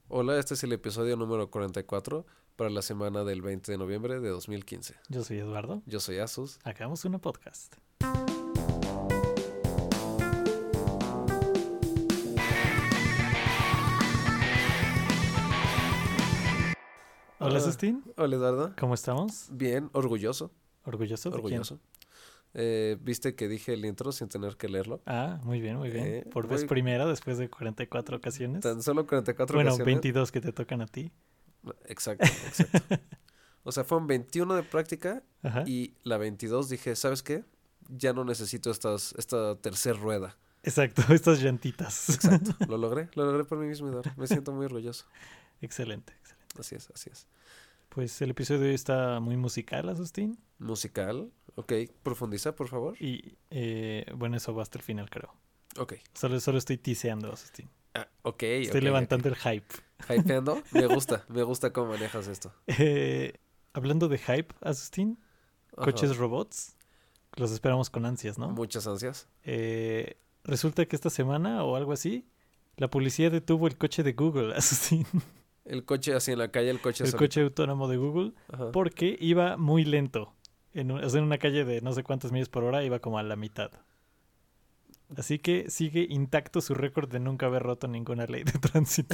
Hola, este es el episodio número 44 para la semana del 20 de noviembre de 2015. Yo soy Eduardo. Yo soy Asus. Hagamos una podcast. Hola, Sustín. Hola, Eduardo. ¿Cómo estamos? Bien, orgulloso. ¿Orgulloso de Orgulloso. ¿Viste que dije el intro sin tener que leerlo? quién? Muy bien, muy bien. Por vez voy- primera después de 44 ocasiones. Tan solo 44 Bueno, ocasiones. 22 que te tocan a ti. Exacto, exacto. O sea, fueron 21 de práctica Ajá. y la 22 dije, ¿sabes qué? Ya no necesito esta tercera rueda. Exacto, estas llantitas. Exacto. Lo logré por mí mismo, Eduardo. Me siento muy orgulloso. Excelente, excelente. Así es, así es. Pues el episodio de hoy está muy musical, Asustín. Musical. Ok, profundiza, por favor. Y bueno, eso va hasta el final, creo. Ok. Solo estoy tiseando, Asustín. Ok. Estoy levantando el hype. Hypeando. Me gusta cómo manejas esto. Hablando de hype, Asustín, Ajá. coches robots, los esperamos con ansias, ¿no? Muchas ansias. Resulta que esta semana o algo así, la policía detuvo el coche de Google, Asustín, El coche así en la calle, el coche el solito. coche autónomo de Google, Ajá. porque iba muy lento. O sea, en una calle de no sé cuántas millas por hora, iba como a la mitad. Así que sigue intacto su récord de nunca haber roto ninguna ley de tránsito.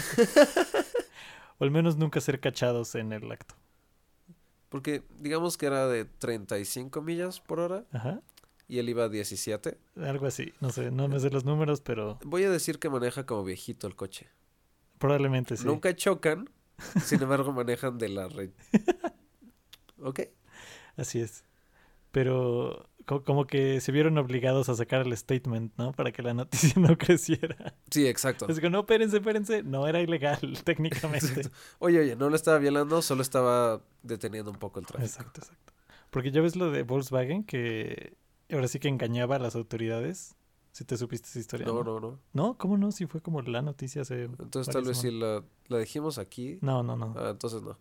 O al menos nunca ser cachados en el acto. Porque digamos que era de 35 millas por hora Ajá. y él iba a 17. Algo así. No sé, no me sé los números, pero Voy a decir que maneja como viejito el coche. probablemente sí. Nunca chocan, sin embargo manejan de la red. ¿Ok? Así es. Pero como que se vieron obligados a sacar el statement, ¿no? Para que la noticia no creciera. Sí, exacto. Es que no, espérense. No era ilegal, técnicamente. Exacto. Oye, no lo estaba violando, solo estaba deteniendo un poco el tráfico. Exacto. Porque ya ves lo de Volkswagen, que ahora sí que engañaba a las autoridades. Si te supiste esa historia, ¿no? No. ¿No? ¿Cómo no? Si fue como la noticia hace Entonces varias tal vez semanas. si la dijimos aquí. No. Entonces no.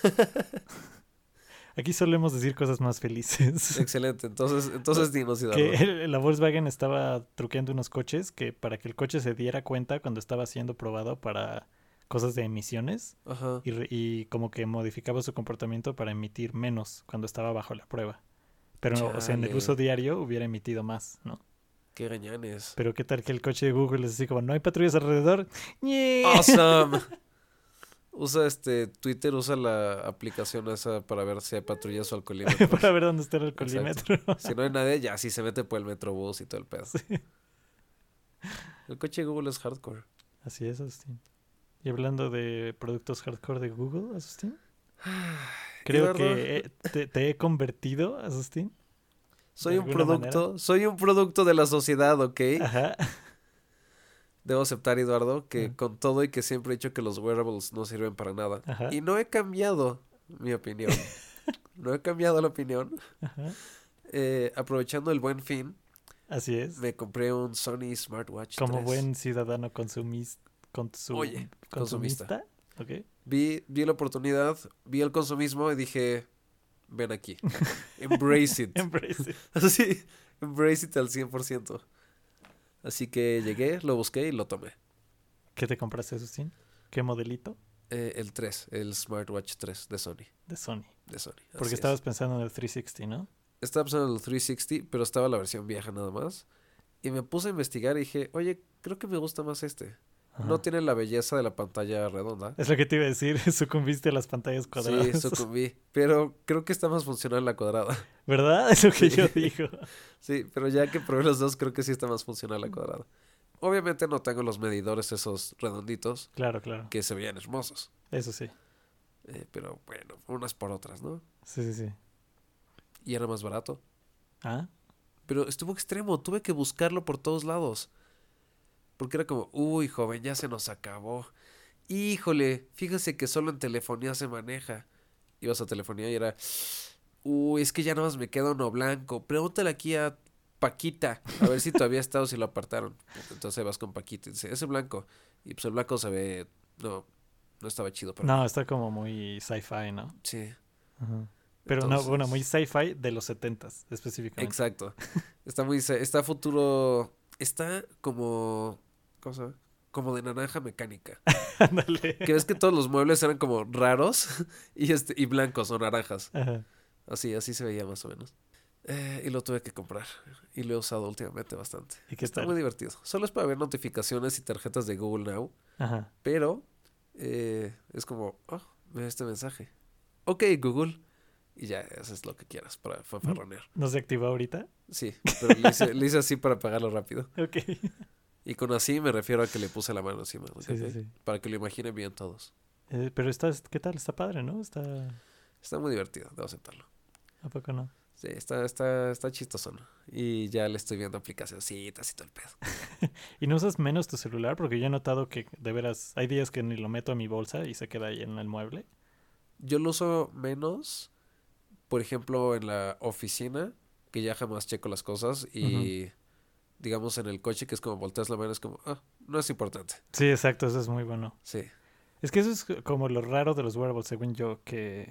Aquí solemos decir cosas más felices. Excelente. Entonces dinos, Eduardo. Que la Volkswagen estaba truqueando unos coches que para que el coche se diera cuenta cuando estaba siendo probado para cosas de emisiones Ajá. y como que modificaba su comportamiento para emitir menos cuando estaba bajo la prueba. Pero, o sea, en el Chale. uso diario hubiera emitido más, ¿no? Qué gañanes. Pero qué tal que el coche de Google es así como, ¿no hay patrullas alrededor? ¡Nie! Awesome. Usa Twitter, usa la aplicación esa para ver si hay patrullas o alcoholímetros. Para ver dónde está el alcoholímetro. Si no hay nadie, ya sí se mete por el metrobús y todo el pedo. Sí. El coche de Google es hardcore. Así es, Asustín. Y hablando de productos hardcore de Google, Asustín. Creo Eduardo, que te he convertido, Asustín. soy de un alguna producto de la sociedad, ¿ok? Ajá. Debo aceptar, Eduardo, que Ah. con todo y que siempre he dicho que los wearables no sirven para nada. Ajá. Y no he cambiado mi opinión. No he cambiado la opinión. Ajá. Aprovechando el Buen Fin, Así es. me compré un Sony Smartwatch Como 3. buen ciudadano Oye, consumista. Ok. Vi la oportunidad, vi el consumismo y dije, ven aquí. Embrace it. Embrace it. Así, embrace it al 100%. Así que llegué, lo busqué y lo tomé. ¿Qué te compraste, Asustín? ¿Qué modelito? El 3, el Smartwatch 3 de Sony. De Sony. Así Porque es. estabas pensando en el 360, ¿no? Estaba pensando en el 360, pero estaba la versión vieja nada más. Y me puse a investigar y dije, oye, creo que me gusta más este. Ajá. No tiene la belleza de la pantalla redonda. Es lo que te iba a decir. Sucumbiste a las pantallas cuadradas. Sí, sucumbí. Pero creo que está más funcional la cuadrada. ¿Verdad? Es lo que Sí. yo digo. Sí, pero ya que probé los dos, creo que sí está más funcional la cuadrada. Obviamente no tengo los medidores esos redonditos Claro. que se veían hermosos. Eso sí. Pero bueno, unas por otras, ¿no? Sí. Y era más barato. Ah, Pero estuvo extremo, tuve que buscarlo por todos lados. Porque era como, uy, joven, ya se nos acabó. Híjole, fíjese que solo en telefonía se maneja. Ibas a telefonía y era, uy, es que ya nada más me queda uno blanco. Pregúntale aquí a Paquita, a ver si todavía está o si lo apartaron. Entonces vas con Paquita y dice, ese blanco. Y pues el blanco se ve, no estaba chido para mí. no, está como muy sci-fi, ¿no? Sí. Ajá. Pero Entonces, no, bueno, muy sci-fi de los 70s específicamente. exacto. Está futuro, está como, ¿cómo se llama? como de naranja mecánica. Ándale. Que ves que todos los muebles eran como raros y blancos o naranjas. Ajá. Así se veía más o menos. Y lo tuve que comprar. Y lo he usado últimamente bastante. ¿Y qué Está tal? muy divertido. Solo es para ver notificaciones y tarjetas de Google Now. Ajá. Pero es como, oh, ve este mensaje. Ok, Google. Y ya, haces lo que quieras para fanfarronear. ¿No se activó ahorita? Sí, pero le hice así para apagarlo rápido. Ok. Y con así me refiero a que le puse la mano encima. Sí, sí, ¿Ok? sí. Para que lo imaginen bien todos. Pero ¿qué tal? Está padre, ¿no? Está muy divertido, debo aceptarlo. ¿A poco no? Sí, está chistoso, ¿no? Y ya le estoy viendo aplicacioncitas y todo el pedo. ¿Y no usas menos tu celular? Porque yo he notado que de veras hay días que ni lo meto a mi bolsa y se queda ahí en el mueble. Yo lo uso menos, por ejemplo, en la oficina, que ya jamás checo las cosas. Ujú. Y digamos en el coche, que es como volteas la mano, es como, ah, no es importante. Sí, exacto, eso es muy bueno. Sí, Es que eso es como lo raro de los wearables, según yo,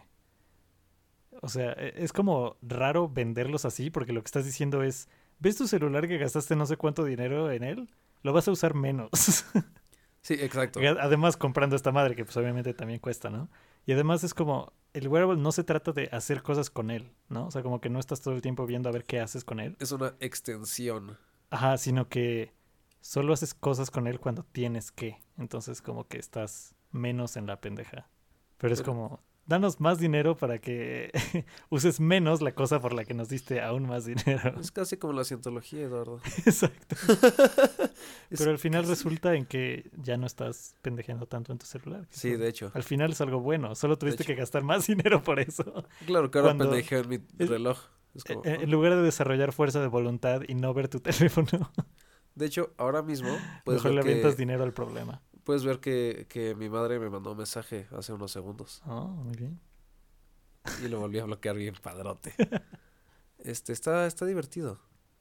o sea, es como raro venderlos así porque lo que estás diciendo es, ¿ves tu celular que gastaste no sé cuánto dinero en él? Lo vas a usar menos. sí, exacto. Además, comprando esta madre, que pues obviamente también cuesta, ¿no? Y además es como, el wearable no se trata de hacer cosas con él, ¿no? O sea, como que no estás todo el tiempo viendo a ver qué haces con él. Es una extensión. Ajá, sino que solo haces cosas con él cuando tienes que. Entonces como que estás menos en la pendeja. Pero es Pero como, danos más dinero para que uses menos la cosa por la que nos diste aún más dinero. es casi como la cientología, Eduardo. Exacto. Es Pero al final casi... resulta en que ya no estás pendejeando tanto en tu celular. Sí, de hecho. Al final es algo bueno. Solo De tuviste hecho. que gastar más dinero por eso. Claro que ahora Cuando pendejeo en mi es- reloj. Es como, en oh. lugar de desarrollar fuerza de voluntad y no ver tu teléfono, De hecho, ahora mismo mejor le avientas dinero al problema. puedes ver que mi madre me mandó un mensaje hace unos segundos Oh, muy bien. y lo volví a bloquear bien padrote. Está divertido.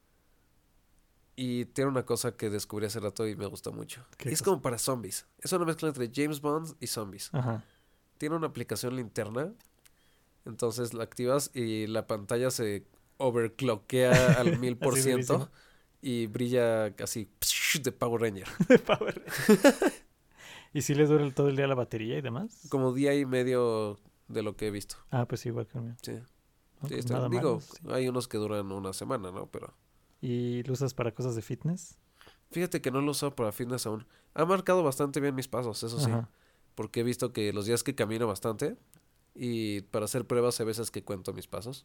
Y tiene una cosa que descubrí hace rato y me gusta mucho. ¿Qué Y es cosa? como para zombies. Es una mezcla entre James Bond y zombies. Ajá. Tiene una aplicación linterna. Entonces la activas y la pantalla se overclockea al mil por Así durísimo. ciento y brilla casi de Power Ranger. De Power. ¿Y si le dura todo el día la batería y demás? Como día y medio de lo que he visto. Ah, pues igual que el mío. Sí, No, sí, pues nada malo. digo, Sí. hay unos que duran una semana, ¿no? Pero ¿Y lo usas para cosas de fitness? fíjate que no lo uso para fitness aún. Ha marcado bastante bien mis pasos, eso sí. Ajá. Porque he visto que los días que camino bastante y para hacer pruebas hay veces que cuento mis pasos.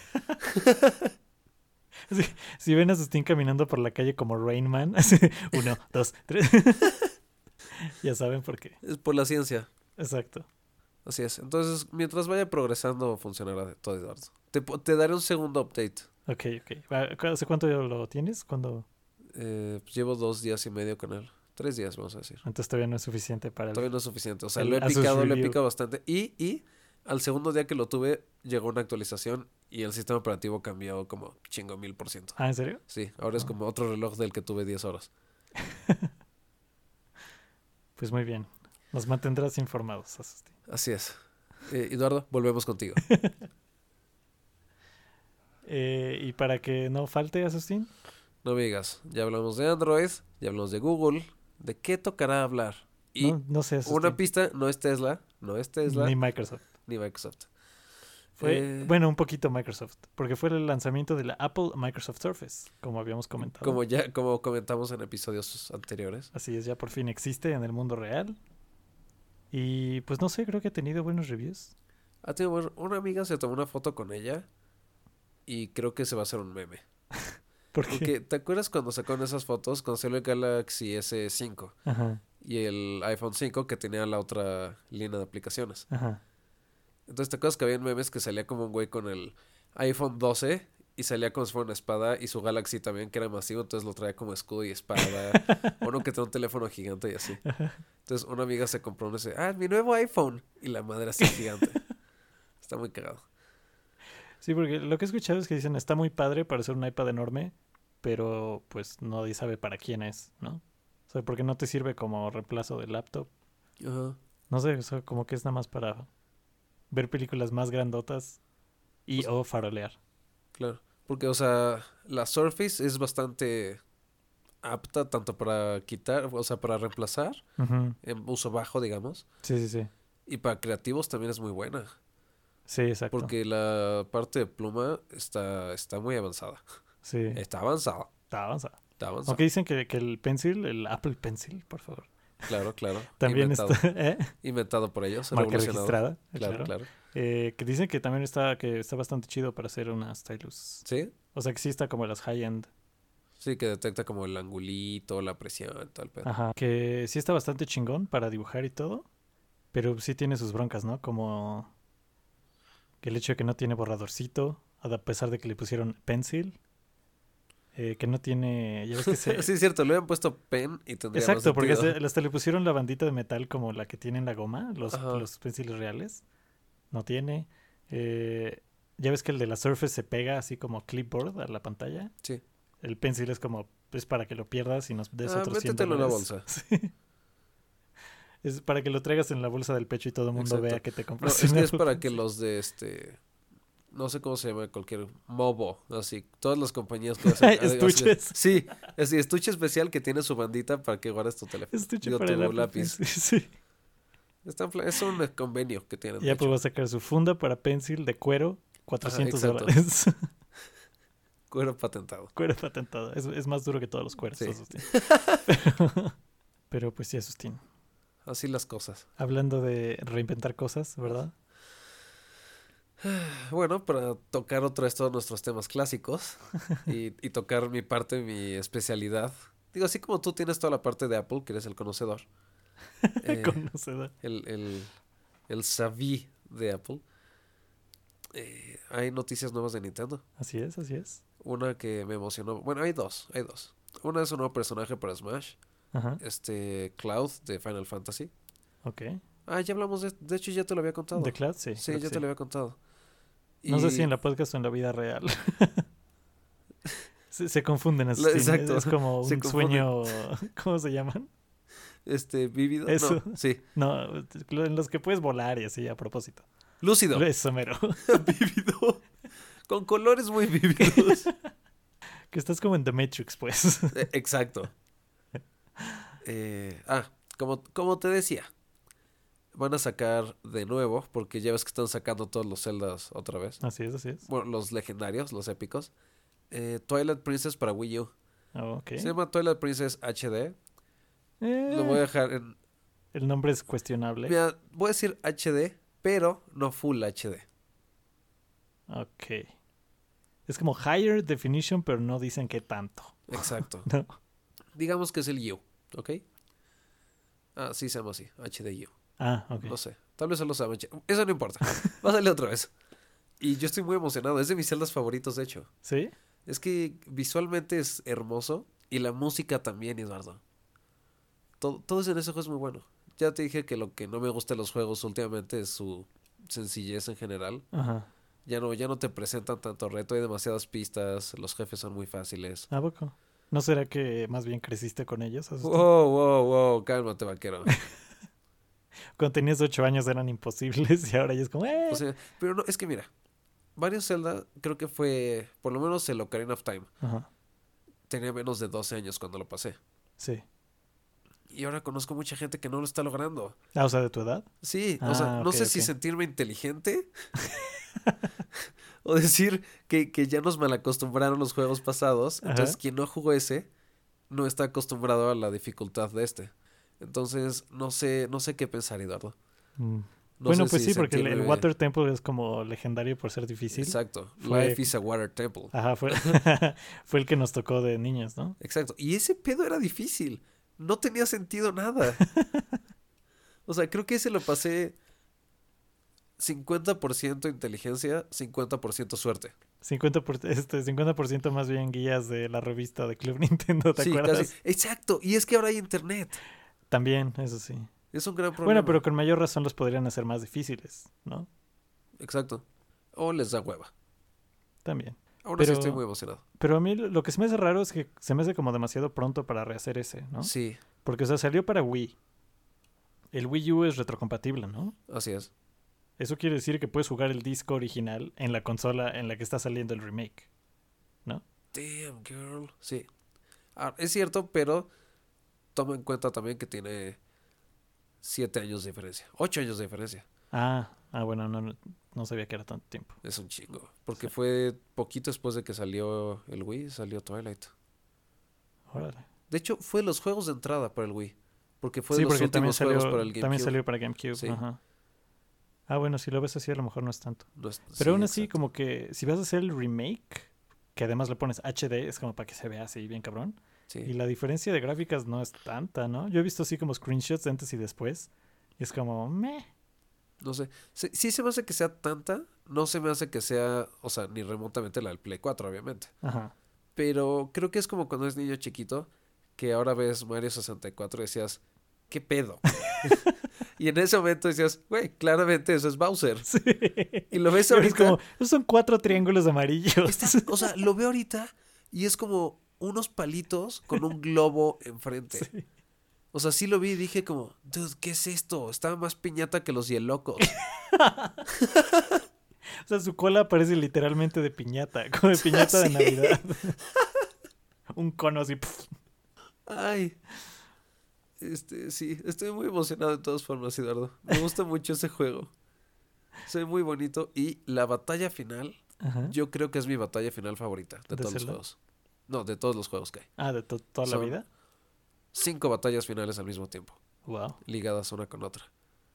Sí, si ven a Sustín caminando por la calle como Rain Man, así, 1, 2, 3. Ya saben por qué. Es por la ciencia, Exacto. así es. Entonces, mientras vaya progresando, funcionará de todo, Eduardo. Te daré un segundo update. Ok, ok. ¿Hace cuánto ya lo tienes? ¿Cuándo? Pues llevo 2 días y medio con él. 3 días, vamos a decir. Entonces todavía no es suficiente para Todavía no es suficiente. O sea, el lo he Asus picado Review. bastante. Y al segundo día que lo tuve, llegó una actualización y el sistema operativo cambió como chingo 1000%. Ah, ¿en serio? Sí, ahora es Ah, como otro reloj del que tuve 10 horas. pues muy bien. Nos mantendrás informados, Asustín. Así es. Eduardo, volvemos contigo. Y para que no falte, Asustín, No me digas, ya hablamos de Android, ya hablamos de Google. ¿De qué tocará hablar? Y no sé, una Asustín. pista, no es Tesla, no es Tesla, Ni Microsoft. ni Microsoft. Fue, bueno, un poquito Microsoft, porque fue el lanzamiento de la Apple Microsoft Surface, como habíamos comentado. Como comentamos en episodios anteriores. Así es, ya por fin existe en el mundo real. Y pues no sé, creo que ha tenido buenos reviews. Una amiga se tomó una foto con ella y creo que se va a hacer un meme. Porque, Porque, ¿te acuerdas cuando sacaron esas fotos? Cuando salió el Galaxy S5 ajá, y el iPhone 5 que tenía la otra línea de aplicaciones. ajá. Entonces, ¿te acuerdas que había memes que salía como un güey con el iPhone 12 y salía como si fuera una espada y su Galaxy también que era masivo, entonces lo traía como escudo y espada? Uno que tenía un teléfono gigante y así. Entonces, una amiga se compró uno y dice, mi nuevo iPhone. Y la madre así gigante. Está muy cagado. Sí, porque lo que he escuchado es que dicen está muy padre para ser un iPad enorme, pero pues nadie sabe para quién es, ¿no? O sea, porque no te sirve como reemplazo de laptop. Ajá. No sé, o sea, como que es nada más para ver películas más grandotas y Pues, o farolear. claro. Porque, o sea, la Surface es bastante apta tanto para quitar, o sea, para reemplazar, Ujú. en uso bajo, digamos, Sí, sí, sí. y para creativos también es muy buena, Sí, exacto. porque la parte de pluma está muy avanzada. Sí, Está avanzada, está avanzado. está Aunque avanzada. dicen que el Pencil, el Apple Pencil, por favor, Claro, claro, también está, inventado. Inventado por ellos, marca revolucionado. registrada, Claro, claro. claro. Que dicen que está bastante chido para hacer una stylus. ¿Sí? O sea, que sí está como las high-end. Sí, que detecta como el angulito, la presión, todo el pedo. Ajá. Que sí está bastante chingón para dibujar y todo. Pero sí tiene sus broncas, ¿no? Como que el hecho de que no tiene borradorcito, a pesar de que le pusieron pencil. Que no tiene. Ya ves que se. Sí, es cierto, le habían puesto pen y tendría más Exacto, porque sentido. hasta le pusieron la bandita de metal como la que tiene en la goma, Ajá, los pensiles reales. No tiene. Eh, ya ves que el de la Surface se pega así como clipboard a la pantalla. sí. El pencil es como. Es para que lo pierdas y nos des Ah, otros 100 métetelo en la dólares. bolsa. Sí. Es para que lo traigas en la bolsa del pecho y todo el mundo vea Exacto. que te No, compraste es un que es Apple para que Pencil. los de no sé cómo se llama, cualquier Mobo, así, todas las compañías que hacen, Estuches. sí, así, estuche especial que tiene su bandita para que guardes tu teléfono, Estuche digo, para el tu Apple lápiz. Pencil. Sí. Es un convenio que tienen, Y de Apple hecho. va a sacar su funda para pencil de cuero, Ajá, 400 exacto, dólares. cuero patentado. Cuero patentado. Es más duro que todos los cueros, Sí, Asustín. Pero pues sí, Asustín. así las cosas. Hablando de reinventar cosas, ¿verdad? Bueno, para tocar otra vez todos nuestros temas clásicos y tocar mi parte, mi especialidad. Digo, así como tú tienes toda la parte de Apple, que eres el conocedor, eh, Conocedor. el sabí de Apple, hay noticias nuevas de Nintendo. Así es, así es. Una que me emocionó. Bueno, hay dos, hay dos. Una es un nuevo personaje para Smash, Ajá, Cloud de Final Fantasy. ok. Ah, ya hablamos de hecho ya te lo había ¿De contado. Cloud? Sí, Sí, creo que ya te sí. lo había contado. No sé si en Y la podcast o en la vida real. Se confunden, Asustín. exacto, Es como se un confunden. sueño. ¿Cómo se llaman? Vívido, Eso. no, sí, No, en los que puedes volar y así a propósito. lúcido, Eso, mero. vívido, con colores muy vívidos. Que estás como en The Matrix, pues. Exacto. Eh, ah, como te decía, van a sacar de nuevo, porque ya ves que están sacando todos los Zeldas otra vez. Así es, así es. Bueno, los legendarios, los épicos. Twilight Princess para Wii U. Ok. Se llama Twilight Princess HD. Lo voy Eh, a dejar en... el nombre es cuestionable. Mira, voy a decir HD, pero no Full HD. Ok. Es como higher definition, pero no dicen qué tanto. Exacto. No. Digamos que es el U, ¿ok? Ah, sí se llama así, HD U. Ah, ok. No sé, tal vez solo se llama Eso no importa. Va a salir otra vez. Y yo estoy muy emocionado. Es de mis celdas favoritos, de hecho. ¿Sí? Es que visualmente es hermoso. Y la música también, Eduardo. Todo en ese juego es muy bueno. Ya te dije que lo que no me gusta de los juegos últimamente es su sencillez en general. Ajá. Ya no te presentan tanto reto, hay demasiadas pistas, los jefes son muy fáciles. ¿A poco? ¿No será que más bien creciste con ellos, Asustín? Wow, wow, wow, cálmate, vaquero. Cuando tenías 8 años eran imposibles y ahora ya es como, O sea, pero no, es que mira, varios Zelda, creo que fue, por lo menos el Ocarina of Time, Ajá. tenía menos de 12 años cuando lo pasé. Sí. Y ahora conozco mucha gente que no lo está logrando. Ah, o sea, ¿de tu edad? Sí, o sea, Ah, no ok, sé ok. si sentirme inteligente o decir que ya nos malacostumbraron los juegos pasados. Entonces, Ajá. quien no jugó ese no está acostumbrado a la dificultad de este. Entonces, no sé qué pensar, Eduardo. Mm. No Bueno, sé pues si sí, porque el sentirme... Water Temple es como legendario por ser difícil. Exacto. Fue, Life is a water temple. ajá, fue, fue el que nos tocó de niños, ¿no? Exacto. Y ese pedo era difícil. No tenía sentido nada. O sea, creo que ese lo pasé 50% inteligencia, 50% suerte. 50% más bien guías de la revista de Club Nintendo, ¿te Sí, casi. acuerdas? Exacto. Y es que ahora hay internet. También, eso sí. Es un gran Bueno, problema. pero con mayor razón los podrían hacer más difíciles, ¿no? Exacto. O les da hueva. También. Aún así estoy muy Pero, emocionado. pero a mí lo que se me hace raro es que se me hace como demasiado pronto para rehacer ese, ¿no? Sí, Porque, o sea, salió para Wii. El Wii U es retrocompatible, ¿no? así es. Eso quiere decir que puedes jugar el disco original en la consola en la que está saliendo el remake, ¿no? Damn, girl. Sí. Es cierto, pero toma en cuenta también que tiene 7 años de diferencia. 8 años de diferencia. Bueno, no sabía que era tanto tiempo. Es un chingo. Porque Sí. fue poquito después de que salió el Wii, salió Twilight. Órale. De hecho, fue los juegos de entrada para el Wii. Porque fue de Sí, los porque últimos juegos para el también GameCube. salió para GameCube. Sí. Ajá. Bueno, si lo ves así, a lo mejor no es tanto. Sí, Pero aún así, exacto. como que si vas a hacer el remake, que además le pones HD, es como para que se vea así bien cabrón. Sí. Y la diferencia de gráficas no es tanta, ¿no? Yo he visto así como screenshots de antes y después. Y es como, meh. No sé. Sí se me hace que sea tanta. No se me hace que sea, o sea, ni remotamente la del Play 4, obviamente. Ajá. Pero creo que es como cuando eres niño chiquito, que ahora ves Mario 64 y decías, ¿qué pedo? Y en ese momento decías, güey, claramente eso es Bowser. Sí. Y lo ves Y ahora es ahorita. como, esos son 4 triángulos amarillos. O sea, lo veo ahorita y es como unos palitos con un globo enfrente. Sí. O sea, sí lo vi y dije como, dude, ¿qué es esto? Estaba más piñata que los hielocos. O sea, su cola parece literalmente de piñata, como de piñata de Sí. Navidad. Un cono así. Pf. Ay. Sí, estoy muy emocionado de todas formas, Eduardo. Me gusta mucho ese juego. Se ve muy bonito y la batalla final, Ajá. yo creo que es mi batalla final favorita de ¿De todos los Zelda? juegos. No, de todos los juegos que hay. De toda la Son vida. 5 batallas finales al mismo tiempo, Wow, ligadas una con otra.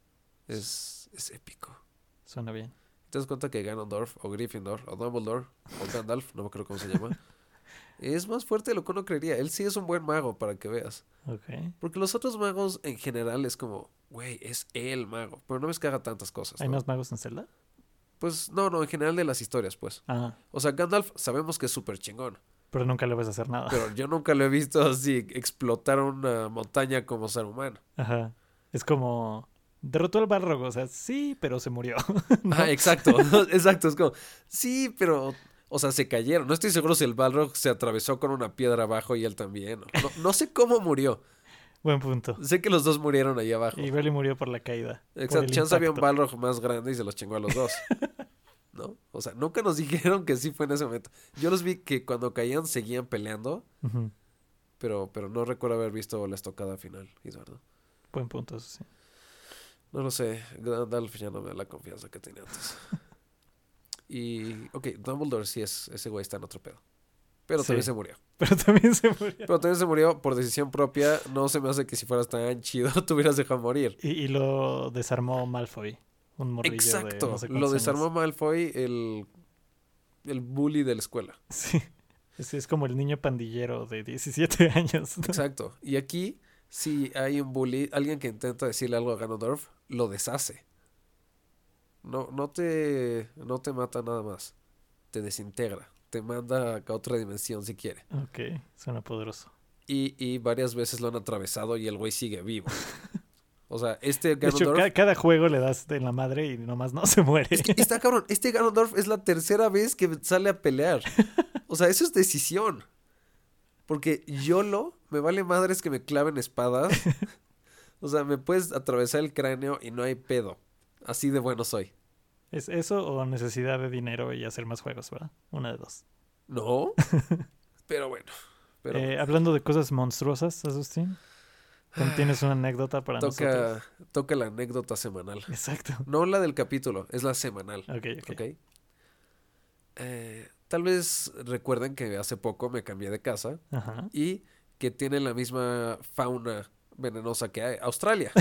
Es épico. suena bien. Te das cuenta que Ganondorf, o Gryffindor, o Dumbledore, o Gandalf, no me acuerdo cómo se llama, es más fuerte de lo que uno creería. Él sí es un buen mago, para que veas. Ok. Porque los otros magos en general es como, güey, es el mago. Pero no ves que haga tantas cosas, ¿Hay ¿no? más magos en Zelda? Pues no, en general de las historias, pues. O sea, Gandalf sabemos que es súper chingón. Pero nunca le vas a hacer nada. Pero yo nunca lo he visto así explotar una montaña como ser humano. Ajá. Es como, derrotó al Balrog, o sea, sí, pero se murió. ¿No? Exacto, exacto. Es como, sí, pero, o sea, se cayeron. No estoy seguro si el Balrog se atravesó con una piedra abajo y él también. No sé cómo murió. Buen punto. Sé que los dos murieron ahí abajo. Igual y murió por la caída. Por Exacto, el chance había un impacto. Balrog más grande y se los chingó a los dos. ¿No? O sea, nunca nos dijeron que sí fue en ese momento. Yo los vi que cuando caían seguían peleando, Ujú. pero no recuerdo haber visto la estocada final, Eduardo. Buen punto, eso sí. No lo sé, Gandalf ya no me da la confianza que tenía antes. Y, ok, Dumbledore sí ese güey está en otro pedo. Pero Sí. también se murió. Pero también se murió. Pero también se murió por decisión propia. No se me hace que si fueras tan chido te hubieras dejado morir. Y lo desarmó Malfoy. Un morrillo de Exacto, no sé lo cuántos desarmó años. Malfoy, el bully de la escuela. Sí. Es como el niño pandillero de 17 años. ¿No? Exacto. Y aquí, si hay un bully, alguien que intenta decirle algo a Ganondorf, lo deshace. No te mata nada más. Te desintegra. Te manda a otra dimensión si quiere. Ok, suena poderoso. Y varias veces lo han atravesado y el güey sigue vivo. O sea, este De hecho, Ganondorf... cada juego le das en la madre y nomás no se muere. Es que está cabrón. Este Ganondorf es la tercera vez que sale a pelear. O sea, eso es decisión. Porque YOLO, me vale madres que me claven espadas. O sea, me puedes atravesar el cráneo y no hay pedo. Así de bueno soy. ¿Es eso o necesidad de dinero y hacer más juegos, verdad? Una de dos. No, pero bueno. Hablando de cosas monstruosas, Asustín, ¿tienes una anécdota para nosotros? Toca la anécdota semanal. Exacto. No la del capítulo, es la semanal. Ok. ¿Ok? Tal vez recuerden que hace poco me cambié de casa Ajá. y que tiene la misma fauna venenosa que hay, Australia.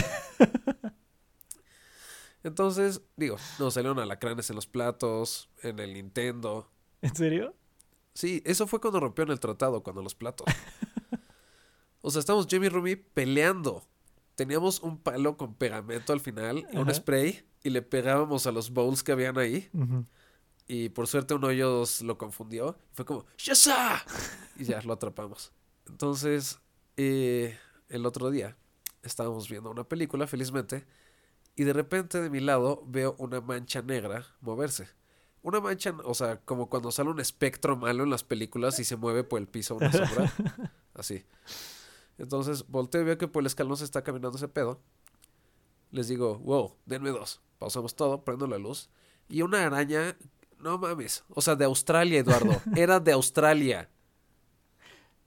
Entonces, digo, nos salieron alacranes en los platos, en el Nintendo. ¿En serio? Sí, eso fue cuando rompieron el tratado, cuando los platos. O sea, estábamos Jamie y Rumi peleando. Teníamos un palo con pegamento al final, un Ajá. spray, y le pegábamos a los bowls que habían ahí. Ujú. Y por suerte uno de ellos lo confundió. Fue como, ¡Shasa! Y ya lo atrapamos. Entonces, el otro día estábamos viendo una película, felizmente, y de repente de mi lado veo una mancha negra moverse. Una mancha, o sea, como cuando sale un espectro malo en las películas y se mueve por el piso una sombra. Así. Entonces volteo y veo que por el escalón se está caminando ese pedo. Les digo, wow, denme 2. Pausamos todo, prendo la luz. Y una araña, no mames. O sea, de Australia, Eduardo. Era de Australia.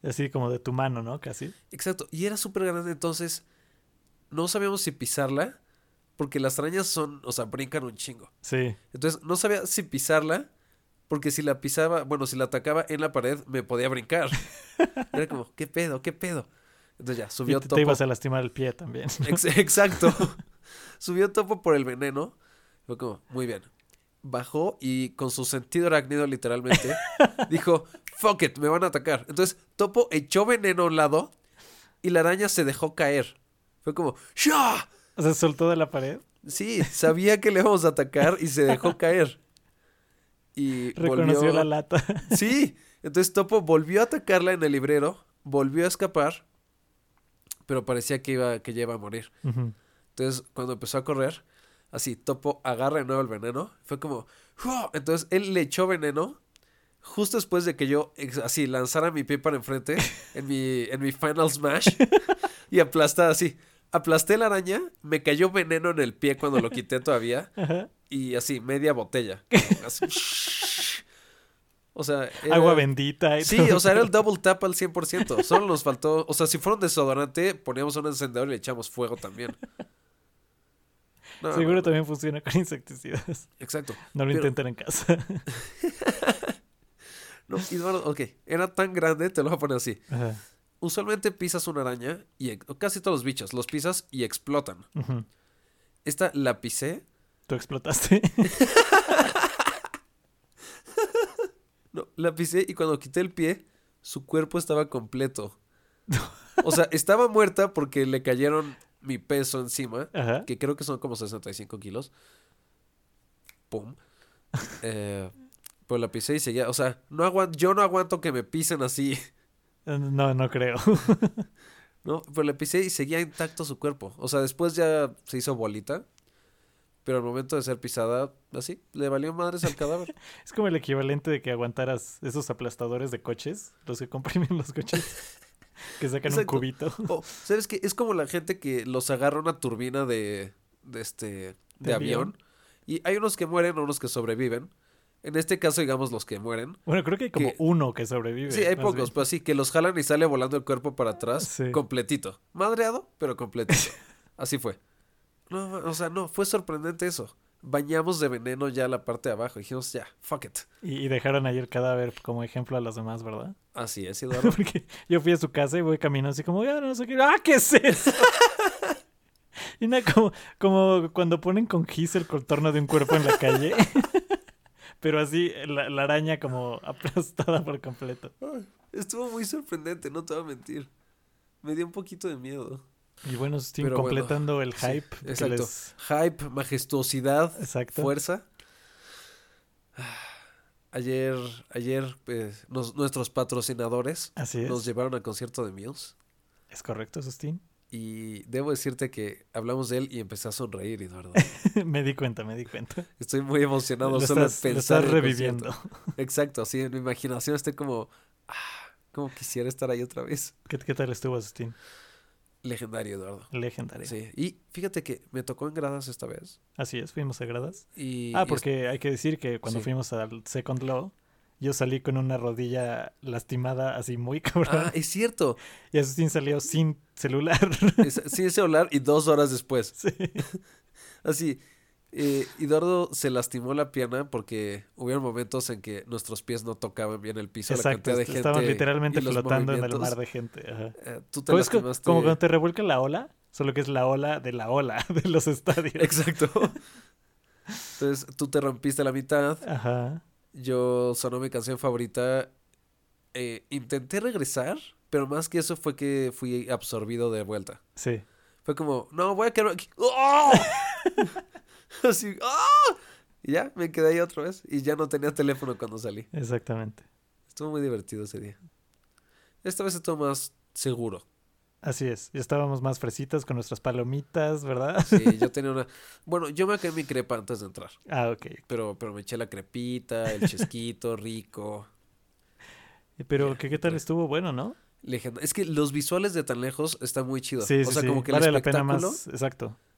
Así como de tu mano, ¿no? Casi. Exacto. Y era súper grande, entonces no sabíamos si pisarla, porque las arañas o sea, brincan un chingo. Sí. Entonces no sabía si pisarla, porque si la pisaba, bueno, si la atacaba en la pared, me podía brincar. Era como, ¿qué pedo? ¿Qué pedo? Entonces ya, Y subió te Topo. ibas a lastimar el pie también. Exacto. Subió Topo por el veneno. Fue como, muy bien. Bajó y con su sentido arácnido literalmente dijo, fuck it, me van a atacar. Entonces Topo echó veneno a un lado y la araña se dejó caer. Fue como, ¡Shah! O sea, soltó de la pared. Sí, sabía que le íbamos a atacar y se dejó caer. Y Reconoció volvió... la lata. Sí, entonces Topo volvió a atacarla en el librero, volvió a escapar, pero parecía que ya iba a morir. Ujú. Entonces, cuando empezó a correr, así, Topo agarra de nuevo el veneno. Fue como, ¡oh! Entonces, él le echó veneno justo después de que yo, así, lanzara mi pie para enfrente en mi Final Smash y aplasté la araña, me cayó veneno en el pie cuando lo quité todavía Ajá. y así, media botella. Así, o sea, Agua bendita y sí, todo. o sea, era el double tap al 100%. Solo nos faltó, o sea, si fuera un desodorante, poníamos un encendedor y le echamos fuego también. No, Seguro no, también funciona con insecticidas. exacto. No lo Pero, intenten en casa. no, y bueno, ok, era tan grande, te lo voy a poner así. Ajá. Usualmente pisas una araña y casi todos los bichos los pisas y explotan. Ujú. Esta la pisé, ¿Tú explotaste? no, la pisé y cuando quité el pie, su cuerpo estaba completo. O sea, estaba muerta porque le cayeron mi peso encima, Ajá. que creo que son como 65 kilos. Pum. Pero la pisé y seguía, o sea, yo no aguanto que me pisen así, No, no creo. ¿no? Pero la pisé y seguía intacto su cuerpo. O sea, después ya se hizo bolita, pero al momento de ser pisada, así, le valió madres al cadáver. Es como el equivalente de que aguantaras esos aplastadores de coches, los que comprimen los coches, que sacan un Exacto. cubito ¿Sabes qué? Es como la gente que los agarra una turbina de de avión. avión. Y hay unos que mueren, unos que sobreviven. En este caso, digamos, los que mueren. Bueno, creo que hay como Que uno que sobrevive. sí, hay más pocos, bien. pero así, que los jalan y sale volando el cuerpo para atrás, Sí. completito. Madreado, pero completito. Así fue. No, o sea, no, fue sorprendente eso. Bañamos de veneno ya la parte de abajo. Dijimos, ya, fuck it. Y dejaron ahí el cadáver como ejemplo a los demás, ¿verdad? Así es, Eduardo. Porque yo fui a su casa y voy caminando así como, ya no sé qué. ¡Ah, qué es eso! Y nada, como cuando ponen con gis el contorno de un cuerpo en la calle. Pero así, la araña como aplastada por completo. Ay, estuvo muy sorprendente, no te voy a mentir. Me dio un poquito de miedo. Y bueno, Steam, Pero bueno, completando el sí, hype. que exacto. Hype, majestuosidad, Exacto. fuerza. Ayer pues, nuestros patrocinadores Así nos es. llevaron al concierto de Muse. ¿Es correcto, Sustín? Y debo decirte que hablamos de él y empecé a sonreír, Eduardo. Me di cuenta. Estoy muy emocionado Lo solo de estás, lo pensar estás en el reviviendo. concierto. Exacto, así en mi imaginación estoy como... como quisiera estar ahí otra vez. ¿Qué tal estuvo, Sustín? Legendario, Eduardo. Legendario. Sí, y fíjate que me tocó en gradas esta vez. Así es, fuimos a gradas. Y, Porque hay que decir que cuando sí. fuimos al Second Law, yo salí con una rodilla lastimada así muy cabrón. es cierto. Y Asustín salió sin celular. Sin celular y 2 horas después. Sí. Así, Eduardo se lastimó la pierna porque hubieron momentos en que nuestros pies no tocaban bien el piso. Exacto, La cantidad de gente estaban literalmente y los flotando en el movimientos. mar de gente. Ajá. Tú te Es lastimaste. como cuando te revuelca la ola, solo que es la ola de los estadios. Exacto. Entonces tú te rompiste la mitad. Ajá. Yo sonó mi canción favorita. Intenté regresar, pero más que eso fue que fui absorbido de vuelta. Sí. Fue como, no, voy a quedarme aquí. ¡Oh! Así, ¡oh! Y ya, me quedé ahí otra vez. Y ya no tenía teléfono cuando salí. Exactamente. Estuvo muy divertido ese día. Esta vez estuvo más seguro. Así es. Ya estábamos más fresitas con nuestras palomitas, ¿verdad? Sí, yo tenía una... Bueno, yo me quedé mi crepa antes de entrar. Ah, ok. Pero me eché la crepita, el chesquito, rico. Pero Ya, ¿qué tal pues. estuvo? Bueno, ¿no? Es que los visuales de tan lejos están muy chidos. Sí, o sí, sea, sí. como que Vale el la pena espectáculo más. Exacto.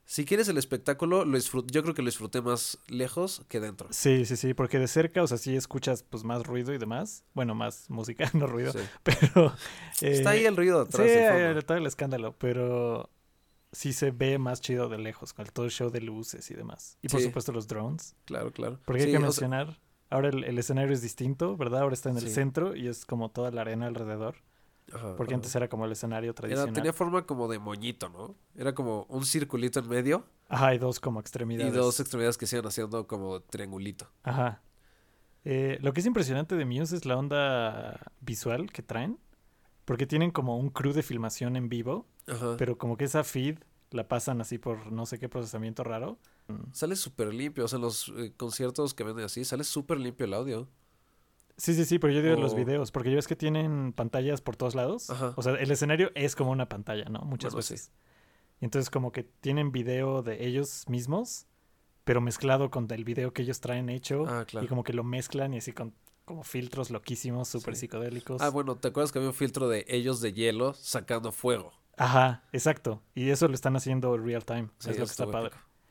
Si quieres el espectáculo, yo creo que lo disfruté más lejos que dentro. Sí, porque de cerca, o sea, sí escuchas pues más ruido y demás. Bueno, más música, no ruido. Sí. Pero... Está ahí el ruido atrás. Sí, todo el escándalo, pero sí se ve más chido de lejos, con todo el show de luces y demás. Y por supuesto los drones. Claro. Porque hay que mencionar, ahora el escenario es distinto, ¿verdad? Ahora está en el Sí. centro y es como toda la arena alrededor. Ajá, Porque antes era como el escenario tradicional. tenía forma como de moñito, ¿no? Era como un circulito en medio. Ajá, y dos como extremidades. Y dos extremidades que se iban haciendo como triangulito. Ajá. Lo que es impresionante de Muse es la onda visual que traen. Porque tienen como un crew de filmación en vivo. Ajá. Pero como que esa feed la pasan así por no sé qué procesamiento raro. Sale súper limpio. O sea, en los conciertos que venden así, sale súper limpio el audio. Sí, pero yo digo los videos, porque yo ves que tienen pantallas por todos lados. Ajá. O sea, el escenario es como una pantalla, ¿no? Muchas Bueno, veces. sí. Y entonces como que tienen video de ellos mismos, pero mezclado con el video que ellos traen hecho. Ah, claro. Y como que lo mezclan y así con como filtros loquísimos, súper psicodélicos. Ah, bueno, ¿te acuerdas que había un filtro de ellos de hielo sacando fuego? Ajá, exacto. Y eso lo están haciendo real time. Sí, es lo que está padre.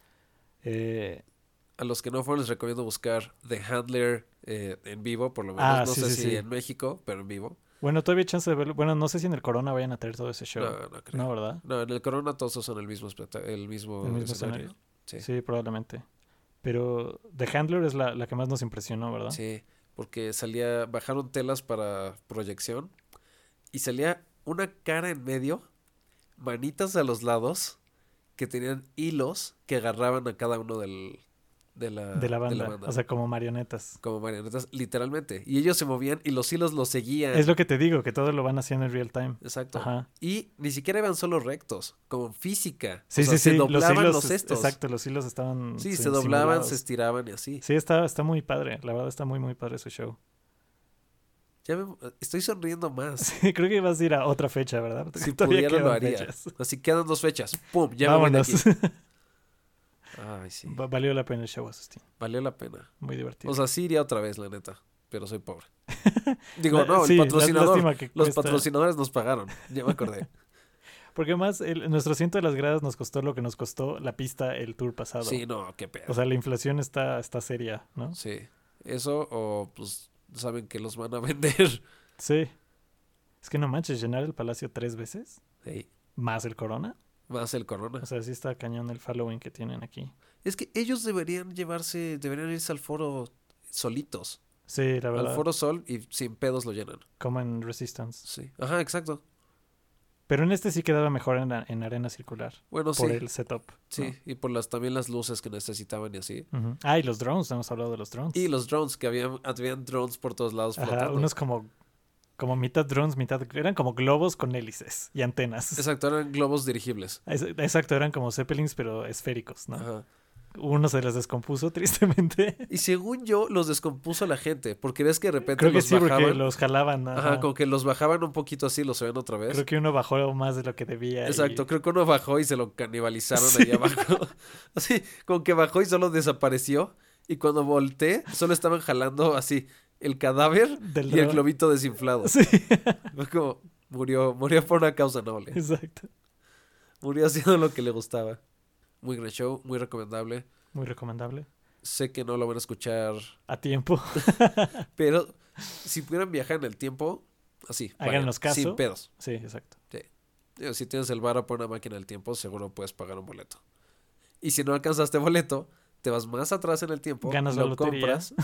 A los que no fueron les recomiendo buscar The Handler en vivo, por lo menos. No sé si en México, pero en vivo. Bueno, todavía hay chance de verlo. Bueno, no sé si en el Corona vayan a tener todo ese show. No creo. No, ¿verdad? No, en el Corona todos usan el mismo escenario. Sí, probablemente. Pero The Handler es la que más nos impresionó, ¿verdad? Sí, porque bajaron telas para proyección y salía una cara en medio, manitas a los lados, que tenían hilos que agarraban a cada uno de la banda. O sea, como marionetas. Como marionetas, literalmente. Y ellos se movían y los hilos los seguían. Es lo que te digo, que todo lo van haciendo en real time. Exacto. Ajá. Y ni siquiera iban solo rectos, como física. Sí, se doblaban los estos. Exacto, los hilos estaban Sí, se doblaban, simulados. se estiraban y así. Sí, está muy padre. La verdad está muy, muy padre su show. Estoy sonriendo más. Sí, creo que vas a ir a otra fecha, ¿verdad? Si pudiera lo haría. Fechas. Así quedan 2 fechas. ¡Pum! Ya Vámonos. me voy de aquí. Ay, sí. Valió la pena el show, Asustín. Valió la pena. Muy divertido. O sea, sí iría otra vez, la neta. Pero soy pobre. Digo, no, sí, el patrocinador. Los cuesta. patrocinadores nos pagaron. Ya me acordé. Porque más, nuestro asiento de las gradas nos costó lo que nos costó la pista el tour pasado. Sí, no, qué pedo. O sea, la inflación está seria, ¿no? Sí. Eso o pues saben que los van a vender. Sí. Es que no manches, llenar el Palacio 3 veces. Sí. Más el Corona. Más el Corona. O sea, sí está cañón el following que tienen aquí. Es que ellos deberían irse al foro solitos. Sí, la verdad. Al Foro Sol y sin pedos lo llenan. Como en Resistance. Sí. Ajá, exacto. Pero en este sí quedaba mejor en arena circular. Bueno, por sí. el setup. Sí, ¿no? y por también las luces que necesitaban y así. Uh-huh. Ah, y los drones, hemos hablado de los drones. Y los drones, que habían drones por todos lados flotando. Ajá, unos como mitad drones, eran como globos con hélices y antenas. Exacto, eran globos dirigibles. Exacto, eran como zeppelins, pero esféricos, ¿no? Ajá. Uno se les descompuso tristemente. Y según yo, los descompuso la gente, porque ves que de repente Creo que los sí, bajaban. porque los jalaban. Ajá, como que los bajaban un poquito así, los subían otra vez. Creo que uno bajó más de lo que debía. Exacto, creo que uno bajó y se lo canibalizaron Sí. ahí abajo. Así, como que bajó y solo desapareció. Y cuando volteé, solo estaban jalando así el cadáver y el globito desinflado. Sí. Fue como, murió por una causa noble. Exacto. Murió haciendo lo que le gustaba. Muy gran show, muy recomendable. Muy recomendable. Sé que no lo van a escuchar A tiempo. pero si pudieran viajar en el tiempo, así. Háganos caso. Sin pedos. Sí, exacto. Digo, si tienes el varo por una máquina del tiempo, seguro puedes pagar un boleto. Y si no alcanzaste boleto, te vas más atrás en el tiempo. Ganas lo la lotería. compras.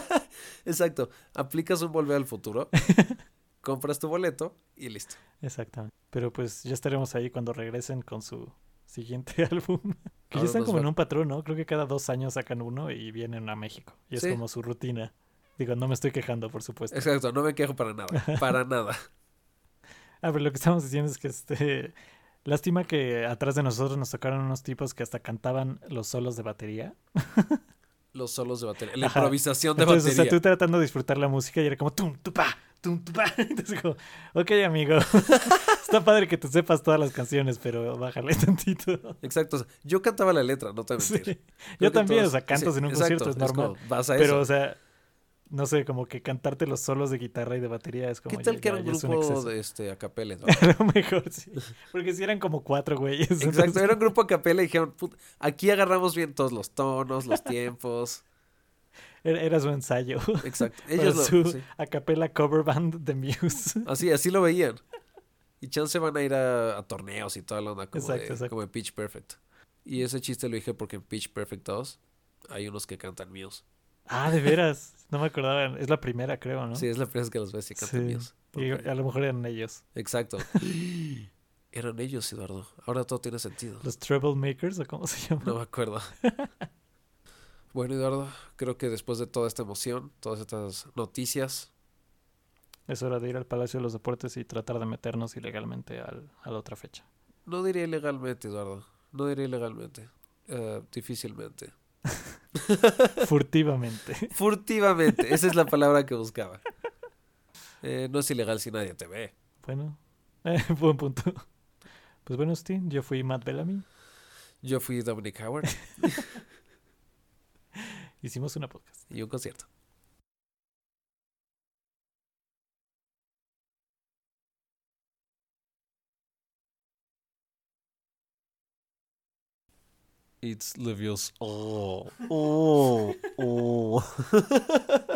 Exacto. Aplicas un volver al futuro. Compras tu boleto y listo. Exactamente. Pero pues ya estaremos ahí cuando regresen con su siguiente álbum. Que ya Ahora están nos como va- en un patrón, ¿no? Creo que cada 2 años sacan uno y vienen a México. Y es Sí. como su rutina. Digo, no me estoy quejando, por supuesto. Exacto. No me quejo para nada. Para nada. Ah, pero lo que estamos diciendo es que lástima que atrás de nosotros nos tocaron unos tipos que hasta cantaban los solos de batería. Los solos de batería. La Ajá. improvisación de Entonces, batería. o sea, tú tratando de disfrutar la música y era como tum, tupa, tum, tupa. Entonces, como, ok, amigo. Está padre que te sepas todas las canciones, pero bájale tantito. Exacto. O sea, yo cantaba la letra, no te voy a mentir. Sí. Creo Yo que también, todos- o sea, cantas sí, en un exacto, concierto, es normal. como, vas a Pero, eso. o sea, no sé, como que cantarte los solos de guitarra y de batería es ¿Qué como tal que era un ya es un grupo exceso. de a capela, Eduardo? A lo mejor sí. Porque si eran como 4 güeyes. Exacto, Entonces, era un grupo a capela y dijeron, aquí agarramos bien todos los tonos, los tiempos. era su ensayo Exacto, para ellos lo, su sí. a capella cover band de Muse. Así lo veían. Y chance van a ir a torneos y toda la onda Exacto, como exacto. de Pitch Perfect. Y ese chiste lo dije porque en Pitch Perfect 2 hay unos que cantan Muse. Ah, de veras. No me acordaba. Es la primera, creo, Sí, ¿no? es la primera vez que los ves y cantan Sí. Muse. Y Porque, a lo mejor eran ellos. exacto. Eran ellos, Eduardo. Ahora todo tiene sentido. Los Troublemakers, ¿o cómo se No llaman? me acuerdo. Bueno, Eduardo, creo que después de toda esta emoción, todas estas noticias, Es hora de ir al Palacio de los Deportes y tratar de meternos ilegalmente a la otra fecha. no diría ilegalmente, Eduardo. No diría ilegalmente. Difícilmente. Furtivamente. Furtivamente. Esa es la palabra que buscaba. No es ilegal si nadie te ve. Bueno, buen punto. Pues bueno, Steve, yo fui Matt Bellamy. Yo fui Dominic Howard Hicimos una podcast. y un concierto. It's Levios. Oh, oh, oh.